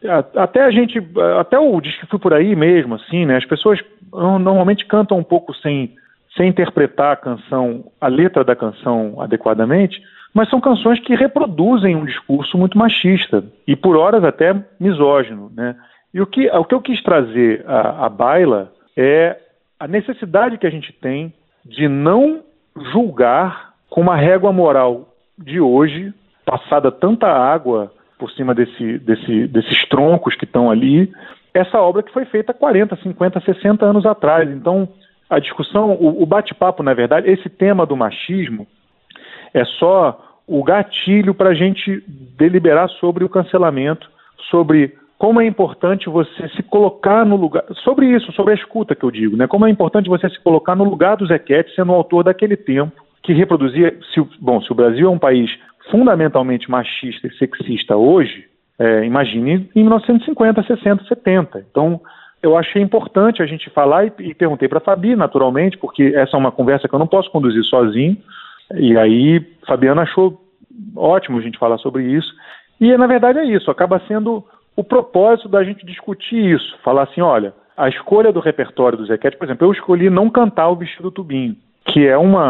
até o Diz que Fui Por Aí mesmo, assim, né? As pessoas normalmente cantam um pouco sem interpretar a letra da canção adequadamente, mas são canções que reproduzem um discurso muito machista e por horas até misógino, né? E o que eu quis trazer à baila é a necessidade que a gente tem de não julgar com uma régua moral de hoje, passada tanta água por cima desses troncos que estão ali, essa obra que foi feita 40, 50, 60 anos atrás. Então, a discussão, o bate-papo, na verdade, esse tema do machismo é só o gatilho para a gente deliberar sobre o cancelamento, sobre como é importante você se colocar no lugar, sobre isso, sobre a escuta que eu digo, né? Como é importante você se colocar no lugar do Zequete, sendo o autor daquele tempo, que reproduzia, se o Brasil é um país fundamentalmente machista e sexista hoje, imagine em 1950, 60, 70. Então, eu achei importante a gente falar e perguntei para a Fabi, naturalmente, porque essa é uma conversa que eu não posso conduzir sozinho, e aí Fabiana achou ótimo a gente falar sobre isso, e na verdade é isso, acaba sendo o propósito da gente discutir isso, falar assim, olha, a escolha do repertório do Zequete, por exemplo, eu escolhi não cantar o Vestido Tubinho, que é um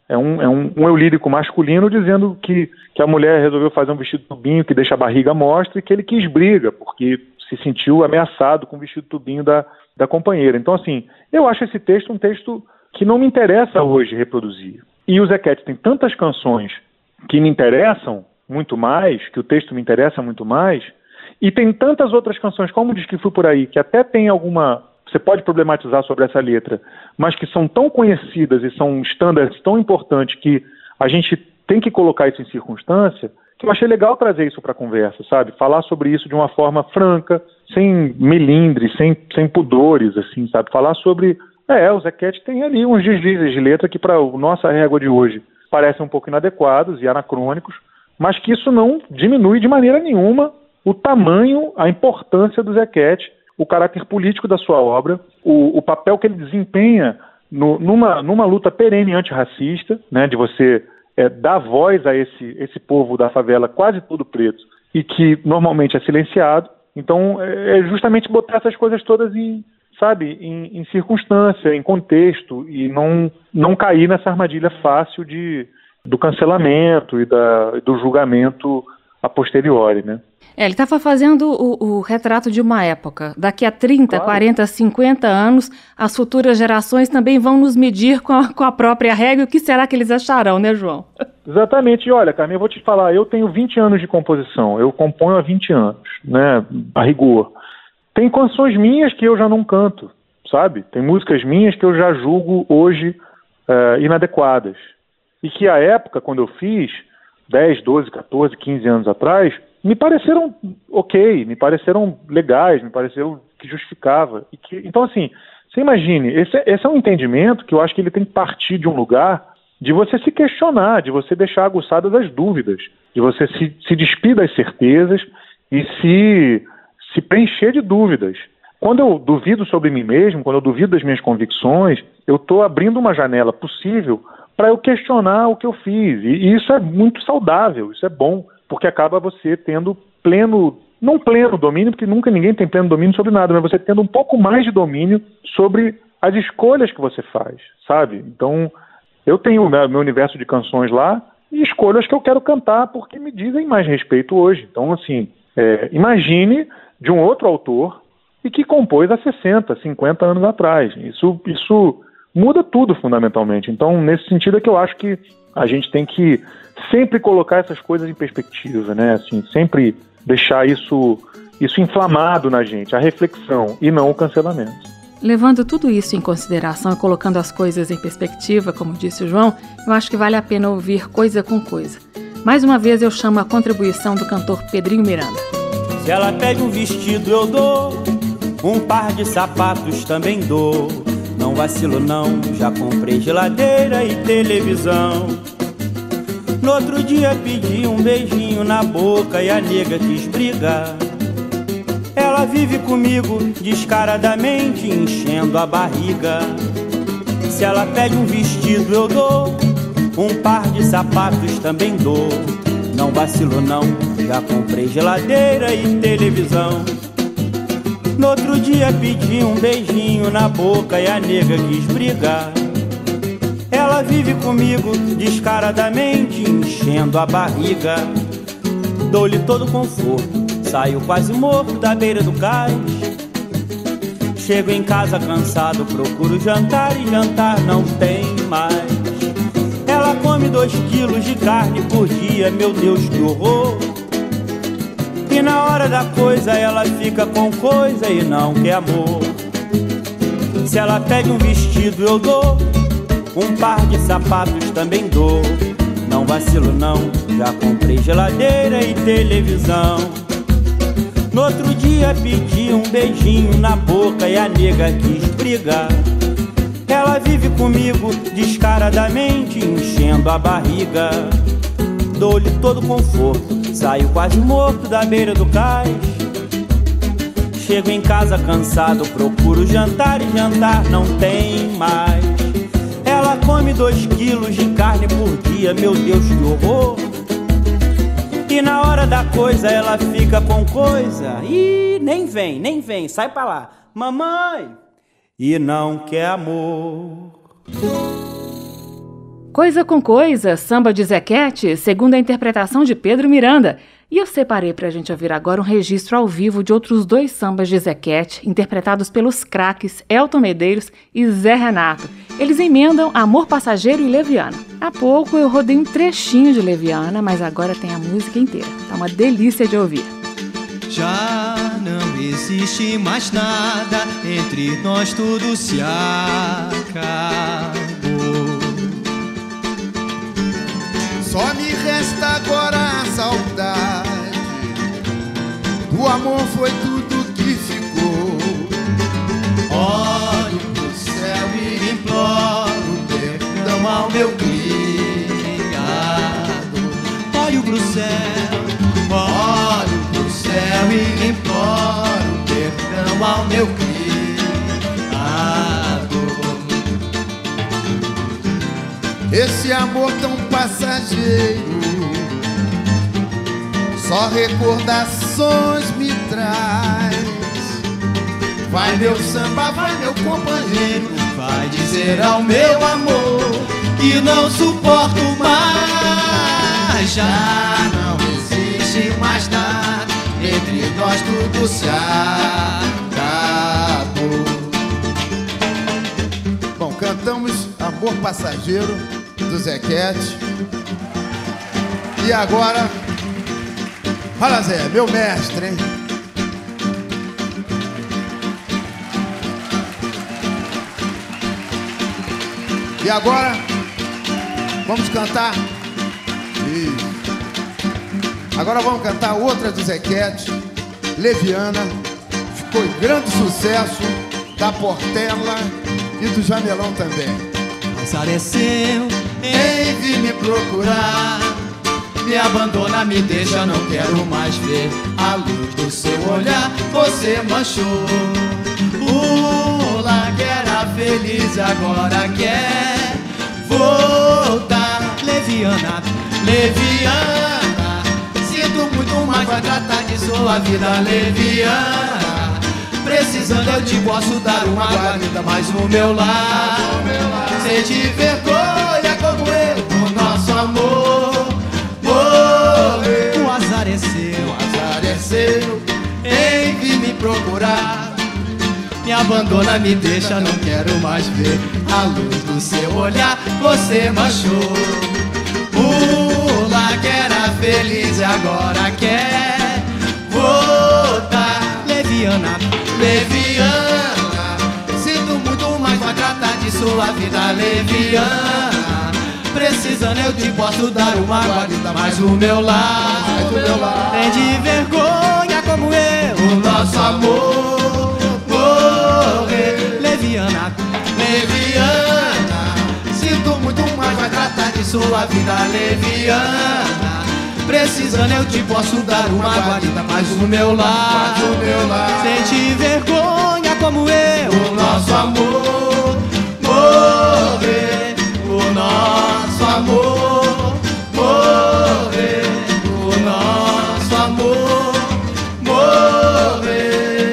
eu lírico masculino dizendo que a mulher resolveu fazer um vestido tubinho que deixa a barriga à mostra e que ele quis briga, porque se sentiu ameaçado com o vestido tubinho da companheira. Então, assim, eu acho esse texto um texto que não me interessa hoje reproduzir. E o Zequete tem tantas canções que me interessam muito mais, que o texto me interessa muito mais, e tem tantas outras canções, como Diz que Fui Por Aí, que até tem alguma... Você pode problematizar sobre essa letra, mas que são tão conhecidas e são estándares tão importantes que a gente tem que colocar isso em circunstância, que eu achei legal trazer isso para a conversa, sabe? Falar sobre isso de uma forma franca, sem melindres, sem pudores, assim, sabe? Falar sobre... o Zequete tem ali uns deslizes de letra que para a nossa régua de hoje parecem um pouco inadequados e anacrônicos, mas que isso não diminui de maneira nenhuma o tamanho, a importância do Zequete, o caráter político da sua obra, o papel que ele desempenha numa luta perene antirracista, né, de você dar voz a esse povo da favela quase todo preto e que normalmente é silenciado. Então, é justamente botar essas coisas todas em sabe, em circunstância, em contexto, e não cair nessa armadilha fácil do cancelamento e do julgamento a posteriori, né? Ele estava fazendo o retrato de uma época. Daqui a 30, claro. 40, 50 anos, as futuras gerações também vão nos medir com a própria régua. O que será que eles acharão, né, João? Exatamente. E olha, Carmen, eu vou te falar, eu tenho 20 anos de composição, eu componho há 20 anos, né, a rigor. Tem canções minhas que eu já não canto, sabe? Tem músicas minhas que eu já julgo hoje inadequadas. E que à época, quando eu fiz, 10, 12, 14, 15 anos atrás, me pareceram ok, me pareceram legais, me pareceu que justificava. Então, assim, você imagine, esse é um entendimento que eu acho que ele tem que partir de um lugar de você se questionar, de você deixar aguçadas as dúvidas, de você se despir das certezas e se preencher de dúvidas. Quando eu duvido sobre mim mesmo, quando eu duvido das minhas convicções, eu estou abrindo uma janela possível para eu questionar o que eu fiz. E isso é muito saudável, isso é bom, porque acaba você tendo não pleno domínio, porque nunca ninguém tem pleno domínio sobre nada, mas você tendo um pouco mais de domínio sobre as escolhas que você faz, sabe? Então, eu tenho meu universo de canções lá e escolho as que eu quero cantar porque me dizem mais respeito hoje. Então, assim, imagine de um outro autor e que compôs há 60, 50 anos atrás. Isso muda tudo, fundamentalmente. Então, nesse sentido é que eu acho que a gente tem que sempre colocar essas coisas em perspectiva, né? Assim, sempre deixar isso inflamado na gente, a reflexão e não o cancelamento. Levando tudo isso em consideração e colocando as coisas em perspectiva, como disse o João, eu acho que vale a pena ouvir Coisa com Coisa. Mais uma vez eu chamo a contribuição do cantor Pedrinho Miranda. Se ela pede um vestido eu dou, um par de sapatos também dou. Não vacilo não, já comprei geladeira e televisão. No outro dia pedi um beijinho na boca e a nega quis brigar. Ela vive comigo descaradamente, enchendo a barriga. Se ela pede um vestido eu dou, um par de sapatos também dou. Não vacilo não, já comprei geladeira e televisão. No outro dia pedi um beijinho na boca e a nega quis brigar. Ela vive comigo descaradamente, enchendo a barriga. Dou-lhe todo o conforto, saio quase morto da beira do cais. Chego em casa cansado, procuro jantar e jantar não tem mais. Ela come 2 quilos de carne por dia, meu Deus que horror. E na hora da coisa ela fica com coisa e não quer amor. Se ela pede um vestido eu dou, um par de sapatos também dou. Não vacilo não, já comprei geladeira e televisão. No outro dia pedi um beijinho na boca e a nega quis brigar. Ela vive comigo descaradamente, enchendo a barriga. Dou-lhe todo o conforto, saio quase morto da beira do cais. Chego em casa cansado, procuro jantar e jantar não tem mais. Ela come 2 quilos de carne por dia, meu Deus que horror. E na hora da coisa ela fica com coisa e nem vem, sai pra lá, mamãe, e não quer amor. Coisa com Coisa, samba de Zequete, segundo a interpretação de Pedro Miranda. E eu separei pra gente ouvir agora um registro ao vivo de outros 2 sambas de Zequete, interpretados pelos craques Elton Medeiros e Zé Renato. Eles emendam Amor Passageiro e Leviana. Há pouco eu rodei um trechinho de Leviana, mas agora tem a música inteira. Tá uma delícia de ouvir. Já não existe mais nada, entre nós tudo se acabou. Só me resta agora a saudade. O amor foi tudo que ficou. Olho pro céu e imploro perdão ao meu criado. Olho pro céu e imploro perdão ao meu criado. Esse amor tão passageiro, só recordações me traz. Vai Vai meu samba, vai meu companheiro, vai dizer ao meu amor que não suporto mais. Já não existe mais nada, entre nós tudo se acabou. Bom, cantamos Amor Passageiro do Zequete. E agora, fala Zé, meu mestre, hein? E agora, vamos cantar. Isso. Agora vamos cantar outra do Zequete, Leviana. Ficou em grande sucesso, da Portela e do Jamelão também. Azar é seu em vir me procurar, me abandona, me deixa, não quero mais ver a luz do seu olhar. Você manchou o lar que era feliz, agora quer voltar. Leviana, leviana, sinto muito mais, vai tratar de sua vida. Leviana, precisando eu te posso dar uma guarida, mas no meu lar sente vergonha como eu, o nosso amor morrer. O azar é seu em vir me procurar, me abandona, me deixa, não quero mais ver a luz do seu olhar. Você manchou o lar que era feliz, agora quer voltar. Leviana, leviana, sinto muito mais, vai tratar de sua vida. Leviana, precisando eu te posso dar uma guarida, mas o meu lar tem de vergonha como eu, o nosso amor morrer. Leviana, leviana, sinto muito mais, vai tratar de sua vida. Leviana, precisando eu te posso dar uma guarida, mas o meu lar sente vergonha como eu, o nosso amor morrer. O nosso amor morrer, o nosso amor morrer.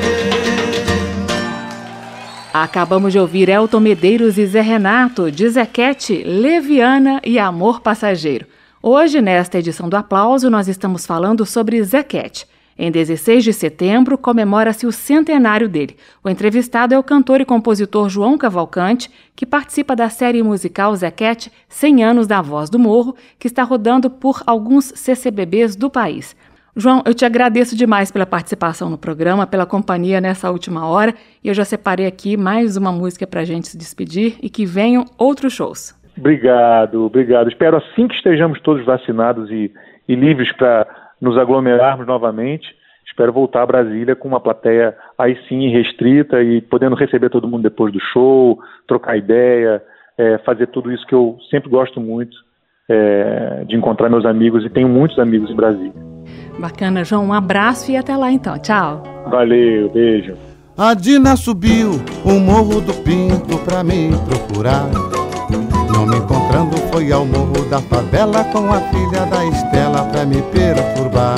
Acabamos de ouvir Elton Medeiros e Zé Renato, de Zequete, Leviana e Amor Passageiro. Hoje, nesta edição do Aplauso, nós estamos falando sobre Zequete. Em 16 de setembro, comemora-se o centenário dele. O entrevistado é o cantor e compositor João Cavalcante, que participa da série musical Zequete 100 anos da Voz do Morro, que está rodando por alguns CCBBs do país. João, eu te agradeço demais pela participação no programa, pela companhia nessa última hora, e eu já separei aqui mais uma música para a gente se despedir e que venham outros shows. Obrigado. Espero assim que estejamos todos vacinados e livres para nos aglomerarmos novamente. Espero voltar a Brasília com uma plateia aí sim restrita e podendo receber todo mundo depois do show, trocar ideia, fazer tudo isso que eu sempre gosto muito, de encontrar meus amigos, e tenho muitos amigos em Brasília. Bacana, João. Um abraço e até lá então. Tchau. Valeu, beijo. A Dina subiu o Morro do Pinto pra me procurar. Não me encontrando foi ao Morro da Favela com a filha da Estela pra me perturbar.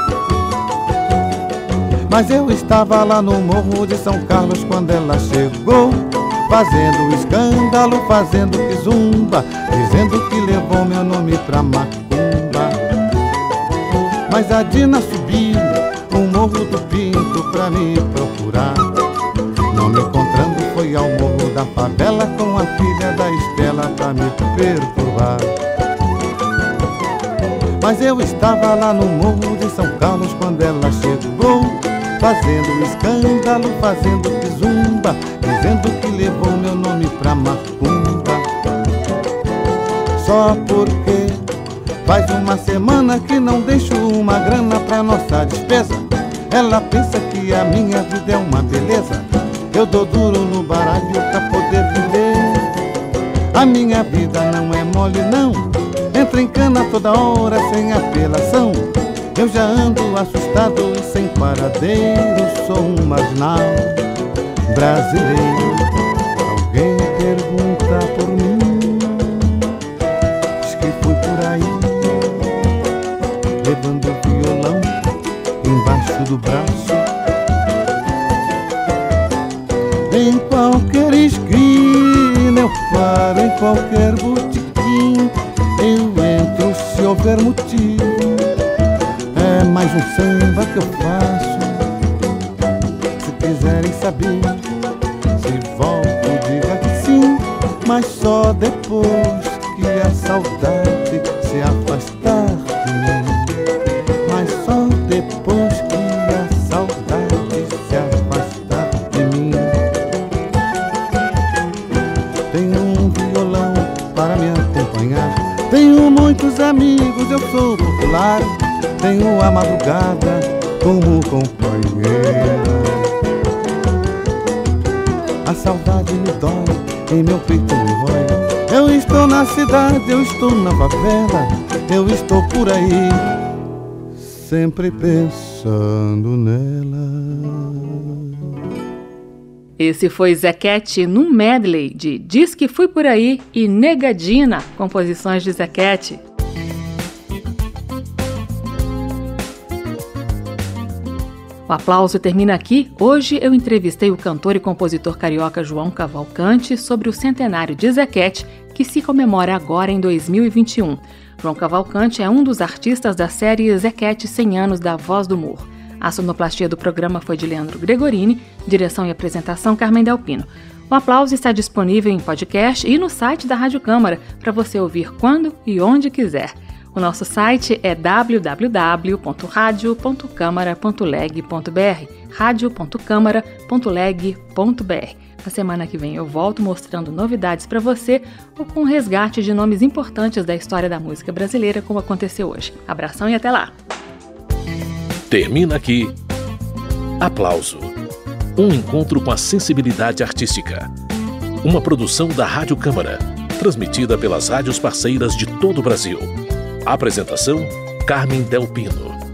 Mas eu estava lá no Morro de São Carlos quando ela chegou, fazendo escândalo, fazendo quizumba, dizendo que levou meu nome pra macumba. Mas a Dina subiu o Morro do Pinto pra me procurar. Não me encontrando foi ao Morro da Favela com a filha da Estela pra me perturbar. Mas eu estava lá no Morro de São Carlos quando ela chegou, fazendo escândalo, fazendo quizumba, dizendo que levou meu nome pra macumba. Só porque faz uma semana que não deixo uma grana pra nossa despesa. Ela pensa que a minha vida é uma beleza. Eu dou duro no baralho pra poder viver. A minha vida não é mole não, entra em cana toda hora sem apelação. Eu já ando assustado e sem paradeiro, sou um marginal brasileiro. Alguém pergunta por mim, diz que fui por aí, levando o violão embaixo do braço. qualquer botequim eu entro se houver motivo. É mais um samba que eu faço. Se quiserem saber, se volto, diga que sim, mas só depois que a saudade se afastar de mim. Mas só depois que a saudade se afastar de mim. Tenho um violão para me acompanhar, tenho muitos amigos, eu sou popular. Tenho a madrugada como companheira. A saudade me dói, em meu peito me rói. Eu estou na cidade, eu estou na favela, eu estou por aí, sempre pensando nela. Esse foi Zequete num medley de Diz Que Fui Por Aí e Negadina, composições de Zequete. O Aplauso termina aqui. Hoje eu entrevistei o cantor e compositor carioca João Cavalcante sobre o centenário de Zequete, que se comemora agora em 2021. João Cavalcante é um dos artistas da série Zequete 100 anos da Voz do Morro. A sonoplastia do programa foi de Leandro Gregorini, direção e apresentação Carmen Delpino. O Aplauso está disponível em podcast e no site da Rádio Câmara para você ouvir quando e onde quiser. O nosso site é www.radio.câmara.leg.br, radio.câmara.leg.br. Na semana que vem eu volto mostrando novidades para você ou com resgate de nomes importantes da história da música brasileira, como aconteceu hoje. Abração e até lá! Termina aqui Aplauso, um encontro com a sensibilidade artística. Uma produção da Rádio Câmara, transmitida pelas rádios parceiras de todo o Brasil. Apresentação, Carmen Delpino.